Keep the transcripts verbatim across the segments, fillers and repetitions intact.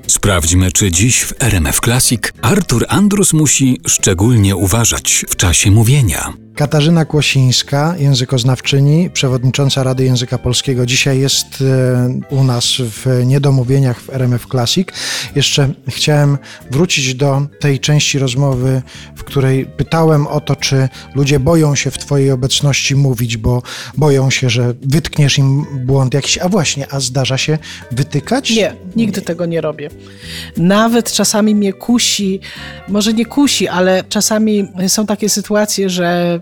Sprawdźmy, czy dziś w R M F Classic Artur Andrus musi szczególnie uważać w czasie mówienia. Katarzyna Kłosińska, językoznawczyni, przewodnicząca Rady Języka Polskiego, dzisiaj jest u nas w Niedomówieniach w R M F Classic. Jeszcze chciałem wrócić do tej części rozmowy, w której pytałem o to, czy ludzie boją się w twojej obecności mówić, bo boją się, że wytkniesz im błąd jakiś. A właśnie, a zdarza się wytykać? Nie, nigdy tego nie robię. Nawet czasami mnie kusi, może nie kusi, ale czasami są takie sytuacje, że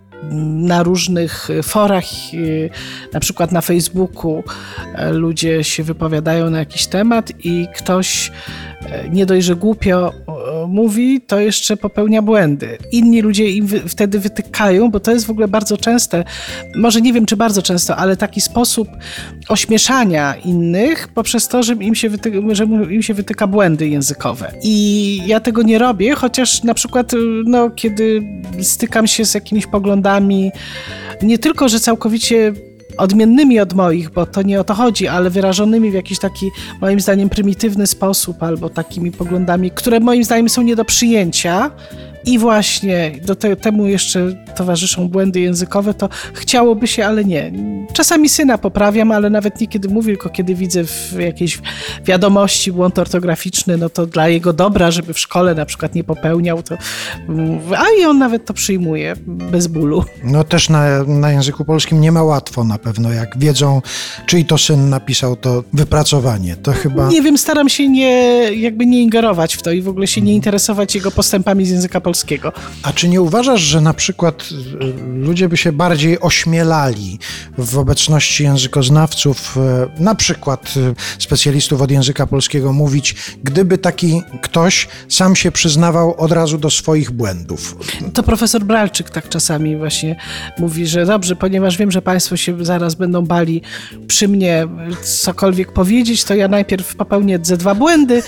na różnych forach, na przykład na Facebooku, ludzie się wypowiadają na jakiś temat i ktoś nie dość, że głupio mówi, to jeszcze popełnia błędy. Inni ludzie im wy- wtedy wytykają, bo to jest w ogóle bardzo częste, może nie wiem, czy bardzo często, ale taki sposób ośmieszania innych poprzez to, że im się, wyty- że im się wytyka błędy językowe. I ja tego nie robię, chociaż na przykład, no, kiedy stykam się z jakimiś poglądami, nie tylko, że całkowicie odmiennymi od moich, bo to nie o to chodzi, ale wyrażonymi w jakiś taki, moim zdaniem, prymitywny sposób, albo takimi poglądami, które moim zdaniem są nie do przyjęcia. I właśnie do te, temu jeszcze towarzyszą błędy językowe, to chciałoby się, ale nie. Czasami syna poprawiam, ale nawet nie kiedy mówię, tylko kiedy widzę w jakiejś wiadomości błąd ortograficzny, no to dla jego dobra, żeby w szkole na przykład nie popełniał, to a i on nawet to przyjmuje bez bólu. No też na, na języku polskim nie ma łatwo na pewno, jak wiedzą, czyj to syn napisał to wypracowanie. To chyba... Nie wiem, staram się nie, jakby nie ingerować w to i w ogóle się nie interesować jego postępami z języka polskiego. Polskiego. A czy nie uważasz, że na przykład ludzie by się bardziej ośmielali w obecności językoznawców, na przykład specjalistów od języka polskiego, mówić, gdyby taki ktoś sam się przyznawał od razu do swoich błędów? To profesor Bralczyk tak czasami właśnie mówi, że dobrze, ponieważ wiem, że państwo się zaraz będą bali przy mnie cokolwiek powiedzieć, to ja najpierw popełnię ze dwa błędy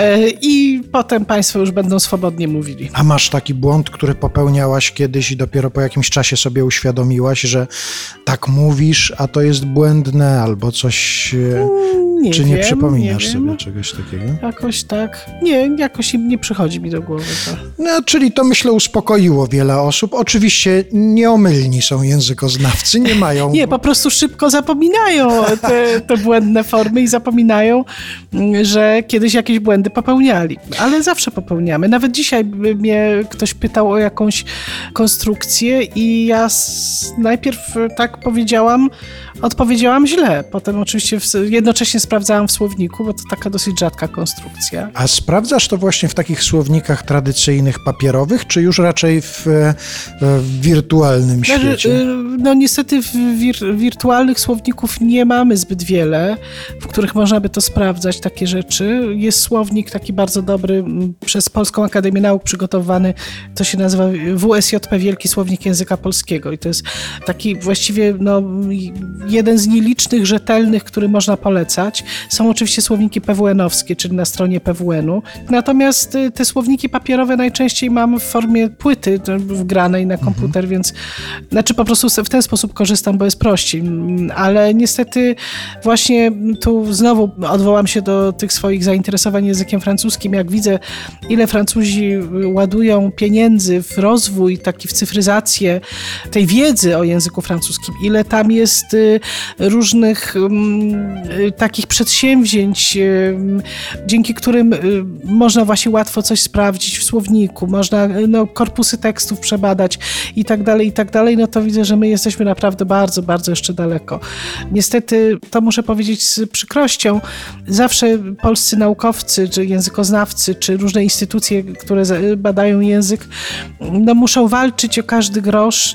i potem państwo już będą swobodnie mówili. A masz taki błąd, który popełniałaś kiedyś i dopiero po jakimś czasie sobie uświadomiłaś, że tak mówisz, a to jest błędne albo coś... Nie Czy wiem, nie przypominasz nie sobie wiem. czegoś takiego? Jakoś tak. Nie, jakoś nie przychodzi mi do głowy to. No, czyli to, myślę, uspokoiło wiele osób. Oczywiście nieomylni są językoznawcy, nie mają... Nie, po prostu szybko zapominają te, te błędne formy i zapominają, że kiedyś jakieś błędy popełniali. Ale zawsze popełniamy. Nawet dzisiaj mnie ktoś pytał o jakąś konstrukcję i ja s- najpierw tak powiedziałam, odpowiedziałam źle. Potem oczywiście w, jednocześnie sprawdzałam w słowniku, bo to taka dosyć rzadka konstrukcja. A sprawdzasz to właśnie w takich słownikach tradycyjnych, papierowych, czy już raczej w, w wirtualnym świecie? No niestety w wir- wirtualnych słowników nie mamy zbyt wiele, w których można by to sprawdzać, takie rzeczy. Jest słownik taki bardzo dobry przez Polską Akademię Nauk przygotowany, to się nazywa W S J P, Wielki Słownik Języka Polskiego i to jest taki właściwie no, jeden z nielicznych rzetelnych, który można polecać. Są oczywiście słowniki P W N-owskie, czyli na stronie P W N-u. Natomiast te słowniki papierowe najczęściej mam w formie płyty wgranej na komputer, mhm. więc znaczy po prostu w ten sposób korzystam, bo jest prościej. Ale niestety właśnie tu znowu odwołam się do tych swoich zainteresowań językiem francuskim. Jak widzę, ile Francuzi ładują pieniędzy w rozwój, taki w cyfryzację tej wiedzy o języku francuskim, ile tam jest różnych um, takich przedsięwzięć, um, dzięki którym um, można właśnie łatwo coś sprawdzić w słowniku, można no, korpusy tekstów przebadać i tak dalej, i tak dalej, no to widzę, że my jesteśmy naprawdę bardzo, bardzo jeszcze daleko. Niestety, to muszę powiedzieć z przykrością, zawsze polscy naukowcy, czy językoznawcy, czy różne instytucje, które badają język, no muszą walczyć o każdy grosz,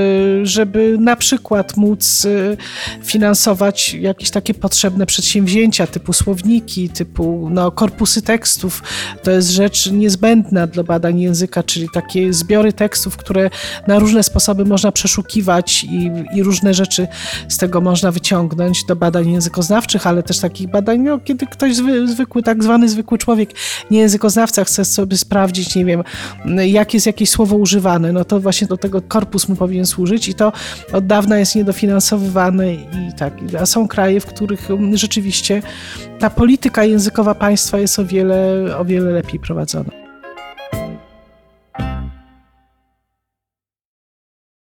żeby na przykład móc finansować jakieś takie potrzebne przedsięwzięcia typu słowniki, typu no, korpusy tekstów. To jest rzecz niezbędna dla badań języka, czyli takie zbiory tekstów, które na różne sposoby można przeszukiwać i, i różne rzeczy z tego można wyciągnąć do badań językoznawczych, ale też takich badań, no, kiedy ktoś zwy, zwykły, tak zwany zwykły człowiek, nie językoznawca, chce sobie sprawdzić, nie wiem, jak jest jakieś słowo używane, no to właśnie do tego korpus mu powinien służyć i to od dawna jest niedofinansowywane popularne i tak. A są kraje, w których rzeczywiście ta polityka językowa państwa jest o wiele, o wiele lepiej prowadzona.